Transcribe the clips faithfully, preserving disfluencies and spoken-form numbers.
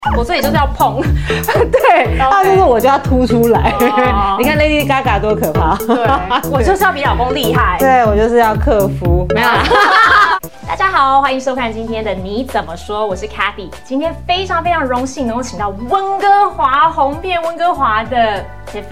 我这里就是要碰， 对，他就是我就要凸出来。哦、你看 Lady Gaga 多可怕。 对，我就是要比老公厉害。 对，我就是要克服。没有啦。 大家好，欢迎收看今天的你怎么说，我是 Kathy。今天非常非常荣幸能够请到温哥华红遍温哥华的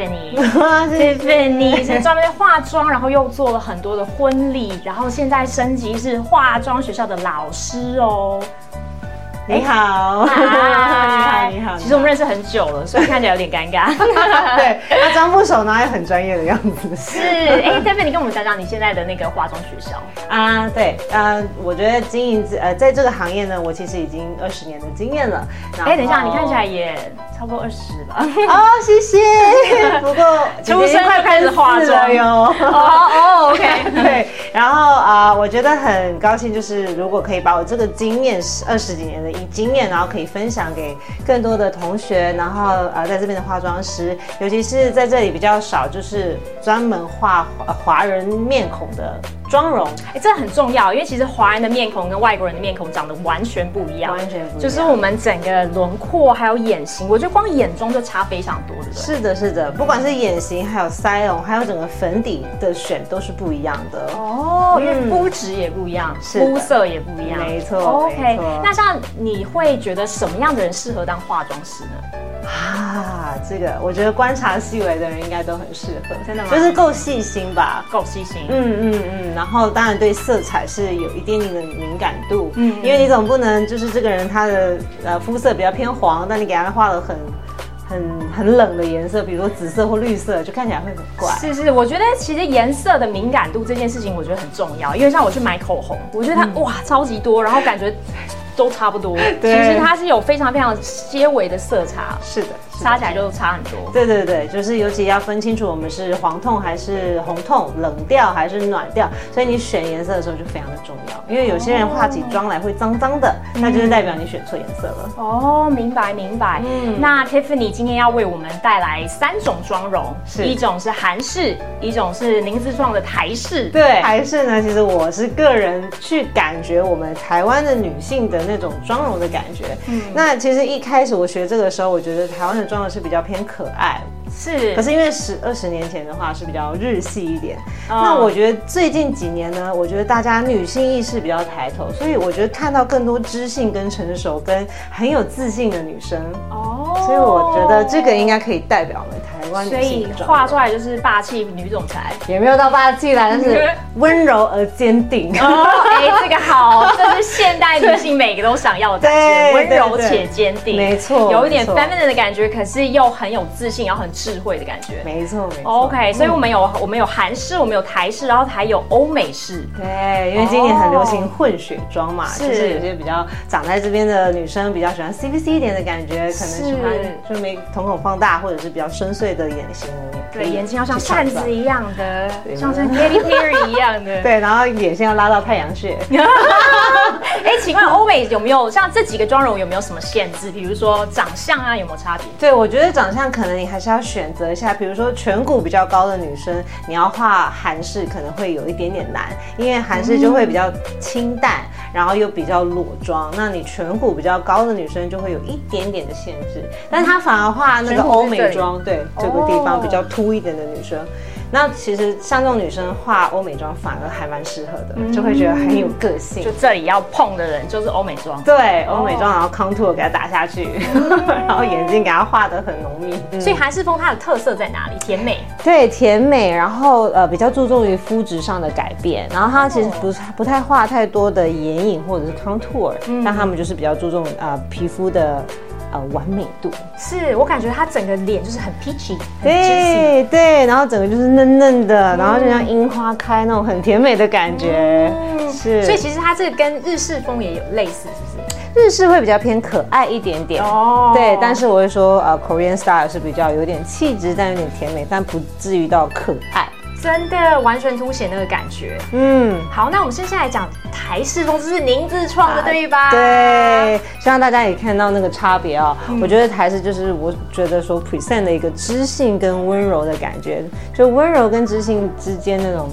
Tiffany。Tiffany 是专门化妆，然后又做了很多的婚礼，然后现在升级是化妆学校的老师哦。 你好，你好，你好。 其实我们认识很久了，所以看起来有点尴尬。 对，他装不熟，然后也很专业的样子。 是，哎 ，Tiffany， 你跟我们讲讲你现在的那个化妆学校啊？对，呃，我觉得经营呃，在这个行业呢，我其实已经二十年的经验了。 哎，等一下，你看起来也差不多二十吧？ 哦，谢谢。不过出生就开始化妆哟。 哦哦 ，OK， 对。然后啊、呃，我觉得很高兴，就是如果可以把我这个经验二十几年的经验，然后可以分享给更多的同学，然后呃，在这边的化妆师，尤其是在这里比较少，就是专门画华人面孔的妆容。 哎，这很重要，因为其实华人的面孔跟外国人的面孔长得完全不一样， 完全不一样。 就是我们整个轮廓还有眼型，我觉得光眼妆就差非常多，对不对？ 是的，是的，不管是眼型，还有腮红，还有整个粉底的选都是不一样的。 哦，因为肤质也不一样，肤色也不一样。 没错 ，OK。那像你会觉得什么样的人适合当化妆师呢？ 啊，这个我觉得观察细微的人应该都很适合。 真的吗？ 就是够细心吧， 够细心。 嗯嗯嗯。然后当然对色彩是有一定的敏感度，嗯，因为你总不能就是这个人他的呃肤色比较偏黄，但你给他画了很。很很冷的颜色，比如说紫色或绿色，就看起来会很怪。 是是，我觉得其实颜色的敏感度这件事情，我觉得很重要。因为像我去买口红，我觉得它、嗯、哇超级多，然后感觉都差不多。其实它是有非常非常些微的色差。 是的。 擦起来就差很多。 对对对，就是尤其要分清楚我们是黄痛还是红痛，冷调还是暖调，所以你选颜色的时候就非常的重要。因为有些人化起妆来会脏脏的，哦、那就是代表你选错颜色了。 哦，明白明白。嗯，那 Tiffany 今天要为我们带来三种妆容，一种是韩式，一种是您自创的台式。 对，台式呢，其实我是个人去感觉我们台湾的女性的那种妆容的感觉。嗯，那其实一开始我学这个的时候，我觉得台湾的妆容是比较偏可爱， 是。 可是因为十二十年前的话是比较日系一点，哦、那我觉得最近几年呢，我觉得大家女性意识比较抬头，所以我觉得看到更多知性跟成熟跟很有自信的女生哦，所以我觉得这个应该可以代表我们台湾女性的妆容。 所以画出来就是霸气女总裁， 也没有到霸气啦，但是温柔而坚定。 哦，哎、欸，这个好，这是现代女性每个都想要的感觉，温柔且坚定， 没错， 有一点 feminine 的感觉，可是又很有自信，然后很智慧的感觉。 没错，没错。 OK， 所以我们有、嗯、我们有韩式，我们有台式，然后还有欧美式。 对，因为今年很流行混血妆嘛，是就是有些比较长在这边的女生比较喜欢 C V C 一点的感觉，可能喜欢就没瞳孔放大或者是比较深邃的眼型。 对，眼睛要像扇子一样的，像像 Katy Perry 一样的。 对，然后眼线要拉到太阳穴。 哎，请问欧美有没有像这几个妆容有没有什么限制？比如说长相啊，有没有差别？ 对，我觉得长相可能你还是要选择一下，比如说颧骨比较高的女生，你要画韩式可能会有一点点难，因为韩式就会比较清淡，嗯、然后又比较裸妆，那你颧骨比较高的女生就会有一点点的限制，但她反而画那个欧美妆，对这个地方比较凸一点的女生。那其实像这种女生画欧美妆反而还蛮适合的，嗯、就会觉得很有个性。 就这里要碰的人就是欧美妆， 对，欧美妆，然后 contour 给它打下去，嗯、然后眼睛给它画得很浓密。 嗯、所以韩式风它的特色在哪里？甜美。 对，甜美，然后呃比较注重于肤质上的改变，然后它其实不不太画太多的眼影或者是 contour，嗯、但他们就是比较注重啊、呃、皮肤的。呃，完美度是我感觉他整个脸就是很 peachy， 对对，然后整个就是嫩嫩的，嗯、然后就像樱花开那种很甜美的感觉，嗯、是。 所以其实它这个跟日式风也有类似，是不是？ 日式会比较偏可爱一点点哦，对，但是我会说呃 ，Korean style 是比较有点气质，但有点甜美，但不至于到可爱。 真的完全凸显那个感觉。嗯，好，那我们接下来讲台式风，这是您自创的，啊、对吧？ 对，希望大家也看到那个差别啊、哦。嗯、我觉得台式就是我觉得说 present 的一个知性跟温柔的感觉，就温柔跟知性之间那种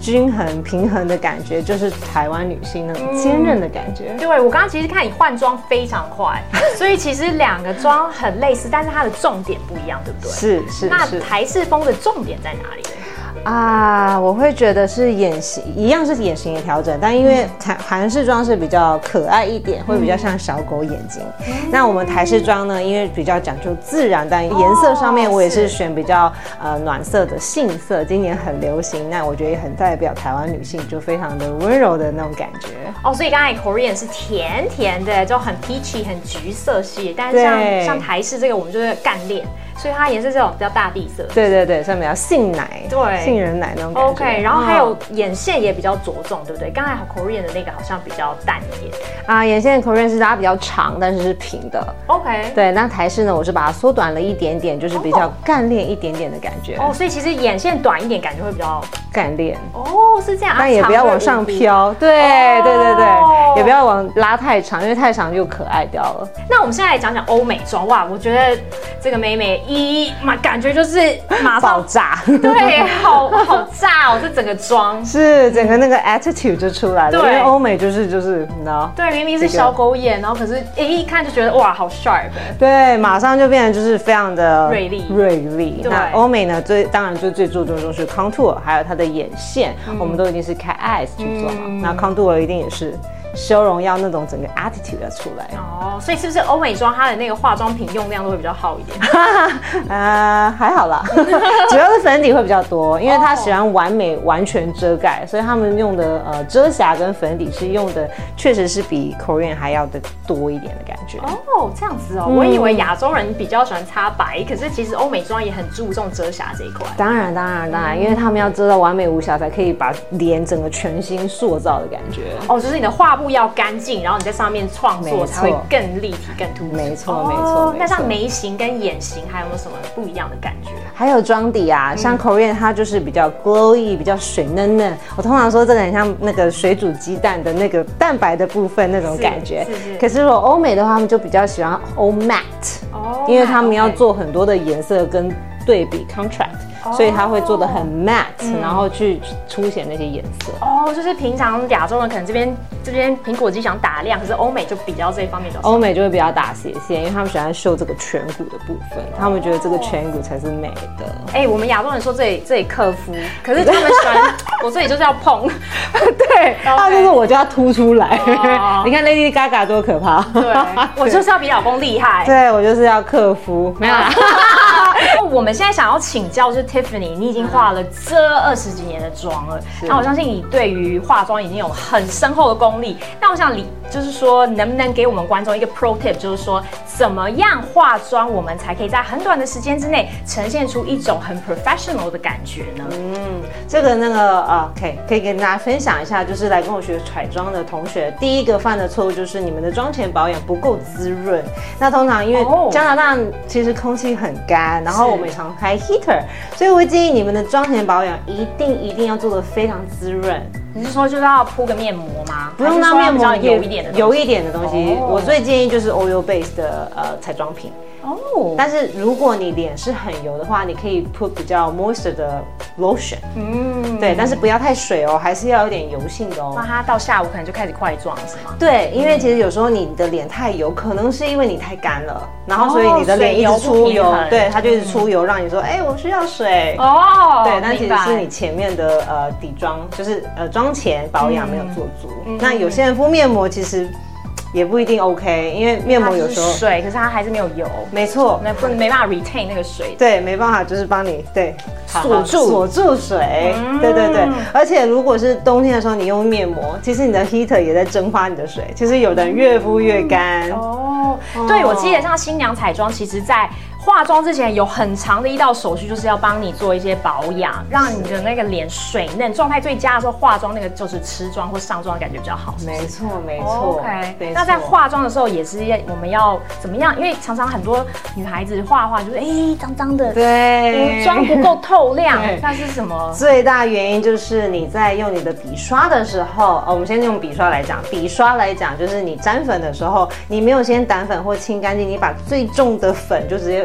均衡平衡的感觉，就是台湾女性那种坚韧的感觉。 嗯、对，我刚刚其实看你换装非常快，所以其实两个妆很类似，但是它的重点不一样，对不对？ 是是。 那台式风的重点在哪里呢？ 啊，我会觉得是眼型一样是眼型的调整，但因为韩式妆是比较可爱一点，会比较像小狗眼睛。嗯、那我们台式妆呢，因为比较讲究自然，但颜色上面我也是选比较呃暖色的杏色，今年很流行，那我觉得也很代表台湾女性，就非常的温柔的那种感觉。 哦，所以刚才 Korean 是甜甜的，就很 peachy 很橘色系，但是像像台式这个我们就是干练。所以它颜色这种比较大地色， 对对对，上面要杏奶， 对， 杏仁奶那种感觉。 OK， 然后还有眼线也比较着重，对不对？刚才 Korean 的那个好像比较淡一点啊，眼线 Korean 是它比较长，但是是平的。 OK， 对，那台式呢，我是把它缩短了一点点，就是比较干练一点点的感觉。 哦，所以其实眼线短一点，感觉会比较干练。 哦，是这样， 但也不要往上飘。对、哦、对对对，也不要往拉太长，因为太长就可爱掉了。 那我们现在来讲讲欧美妆，哇，我觉得这个美美一马。感觉就是马上爆炸， 对，好好炸哦！这整个妆是整个那个 attitude 就出来了，因为欧美就是就是你知道， 对，明明是小狗眼，然后可是哎一看就觉得哇，好 sharp， 对，马上就变成就是非常的锐利锐利。那欧美呢，最当然就最注重就是 contour， 还有它的眼线，嗯、我们都一定是开 eyes 去做嘛，嗯、那 contour 一定也是。修容要那种整个 attitude 要出来哦，所以是不是欧美妆它的那个化妆品用量都会比较好一点？ 呃，还好啦，主要是粉底会比较多，因为他喜欢完美完全遮盖，所以他们用的呃遮瑕跟粉底是用的，确实是比 Korean 还要的多一点的感觉。 哦，这样子哦，嗯、我以为亚洲人比较喜欢擦白，可是其实欧美妆也很注重遮瑕这一块。 当然，当然，当然，因为他们要遮到完美无瑕，才可以把脸整个全新塑造的感觉。 哦，就是你的画布要干净，然后你在上面创作才会更立体、更突出。 没错，没错。 那像眉形跟眼型还有没有什么不一样的感觉？ 还有妆底啊，像 Korean 它就是比较 glowy， 比较水嫩嫩。我通常说这个很像那个水煮鸡蛋的那个蛋白的部分那种感觉。是是。可是如果欧美的话，他们就比较喜欢 all matte， 哦，因为他们要做很多的颜色跟对比 contrast。所以它会做的很 matte，嗯、然后去凸显那些颜色。 哦，就是平常亚洲人可能这边这边苹果肌想打亮，可是欧美就比较这一方面比较。 欧美就会比较打斜线，因为他们喜欢秀这个颧骨的部分，他们觉得这个颧骨才是美的。 哎、欸，我们亚洲人说这里这里克夫，可是他们喜欢我这里就是要碰。 对，他就是我就要凸出来。哦、你看 Lady Gaga 多可怕。 对，我就是要比老公厉害。 对，我就是要克夫。没有啦。 我们现在想要请教就是 Tiffany， 你已经化了这二十几年的妆了，那我相信你对于化妆已经有很深厚的功力。那我想你就是说，能不能给我们观众一个 pro tip， 就是说怎么样化妆，我们才可以在很短的时间之内呈现出一种很 professional 的感觉呢？ 嗯，这个那个啊，可以可以跟大家分享一下，就是来跟我学彩妆的同学，第一个犯的错误就是你们的妆前保养不够滋润。那通常因为加拿大其实空气很干，然后我们常开 heater， 所以我会建议你们的妆前保养一定一定要做得非常滋润。 你是说就是要铺个面膜吗？ 不用到面膜， 油一点的油一点的东西。Oh. 我最建议就是 oil base 的呃彩妆品。哦。Oh. 但是如果你脸是很油的话，你可以 put 比较 moisture 的 lotion。嗯。对，但是不要太水哦，还是要有点油性的哦。 那它到下午可能就开始快妆是吗？ 对，因为其实有时候你的脸太油，可能是因为你太干了，然后所以你的脸一直出油，哦、对，它就一直出油，让你说，哎、欸，我需要水。哦。对，但其实是你前面的呃底妆，就是呃妆前保养。没有做足，嗯、那有些人敷面膜其实也不一定 OK， 因为面膜有时候水，可是它还是没有油。 没错， 那不没办法 retain 那个水。 对，没办法，就是帮你对锁住锁住水。嗯、对对对，而且如果是冬天的时候你用面膜，其实你的 heater 也在蒸发你的水，其实有的人越敷越干。嗯、哦， 对，我记得像新娘彩妆，其实在化妆之前有很长的一道手续，就是要帮你做一些保养，让你的那个脸水嫩，状态最佳的时候化妆，那个就是吃妆或上妆的感觉比较好。 没错，没错。 OK， 那在化妆的时候也是要我们要怎么样？因为常常很多女孩子画画就是哎脏脏的， 对， 妆不够透亮，那是什么？ 最大原因就是你在用你的笔刷的时候，哦，我们先用笔刷来讲，笔刷来讲就是你沾粉的时候，你没有先掸粉或清干净，你把最重的粉就直接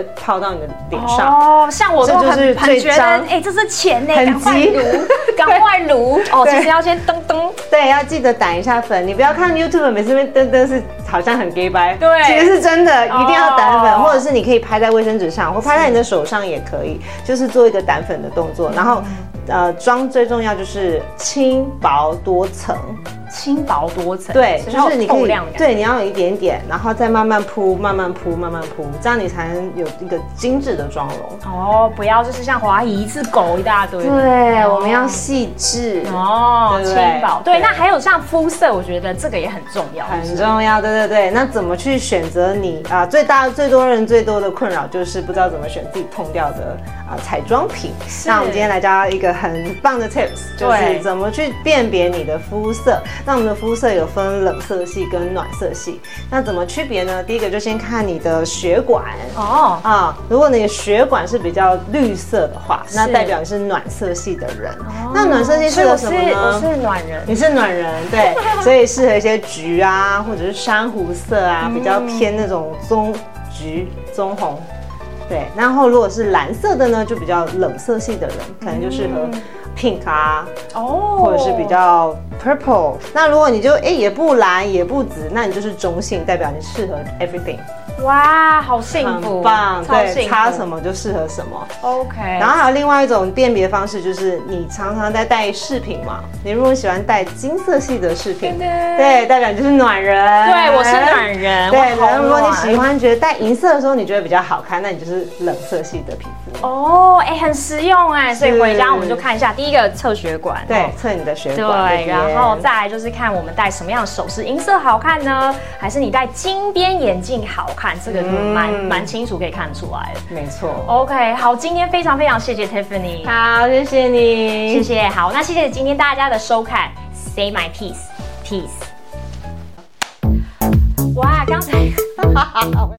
泡到你的脸上。 哦，像我都很这就是很觉得， 最脏哎、这是钱呢， 很赶快急撸，赶快撸。哦， 对其实要先噔噔。 对，要记得掸一下粉。你不要看 YouTube 每次那边噔噔是好像很 gay 白， 对其实是真的，一定要掸粉， 哦或者是你可以拍在卫生纸上，或拍在你的手上也可以，就是做一个掸粉的动作。然后，呃，妆最重要就是轻薄多层。 轻薄多层， 对，就是你可以， 对， 对，你要有一点点，然后再慢慢铺，慢慢铺，慢慢铺，这样你才能有一个精致的妆容。 哦，不要就是像华谊一次狗一大堆。 对，我们要细致哦，轻薄。对， 对那还有像肤色，我觉得这个也很重要， 很重要。对对对，那怎么去选择你啊、呃？最大最多人最多的困扰就是不知道怎么选自己痛掉的啊、呃、彩妆品。那我们今天来教一个很棒的 tips， 就是怎么去辨别你的肤色。那我们的肤色有分冷色系跟暖色系，那怎么区别呢？第一个就先看你的血管哦啊，如果你的血管是比较绿色的话，那代表你是暖色系的人。哦、那暖色系适合什么呢？ 我是暖人， 你是暖人，对，所以适合一些橘啊，或者是珊瑚色啊，比较偏那种棕橘、棕红。对，然后如果是蓝色的呢，就比较冷色系的人，可能就适合 pink 啊，哦，或者是比较 purple。那如果你就哎、欸、也不蓝也不紫，那你就是中性，代表你适合 everything。 哇，好幸福， 很棒，对，擦什么就适合什么。 OK。 然后还有另外一种辨别方式，就是你常常在戴饰品嘛，你如果喜欢戴金色系的饰品，对，代表你就是暖人。 对，我是暖人。 对，然后如果你喜欢觉得戴银色的时候你觉得比较好看，那你就是冷色系的皮肤。 哦，哎，很实用哎，所以回家我们就看一下，第一个测血管， 对，测你的血管。 对，然后再来就是看我们戴什么样的首饰，银色好看呢，还是你戴金边眼镜好看？这个就蛮蛮清楚可以看出来的。 没错。 OK， 好，今天非常非常谢谢 Tiffany。 好，谢谢你， 谢谢。好，那谢谢今天大家的收看 ，Say my piece， peace。哇，刚才。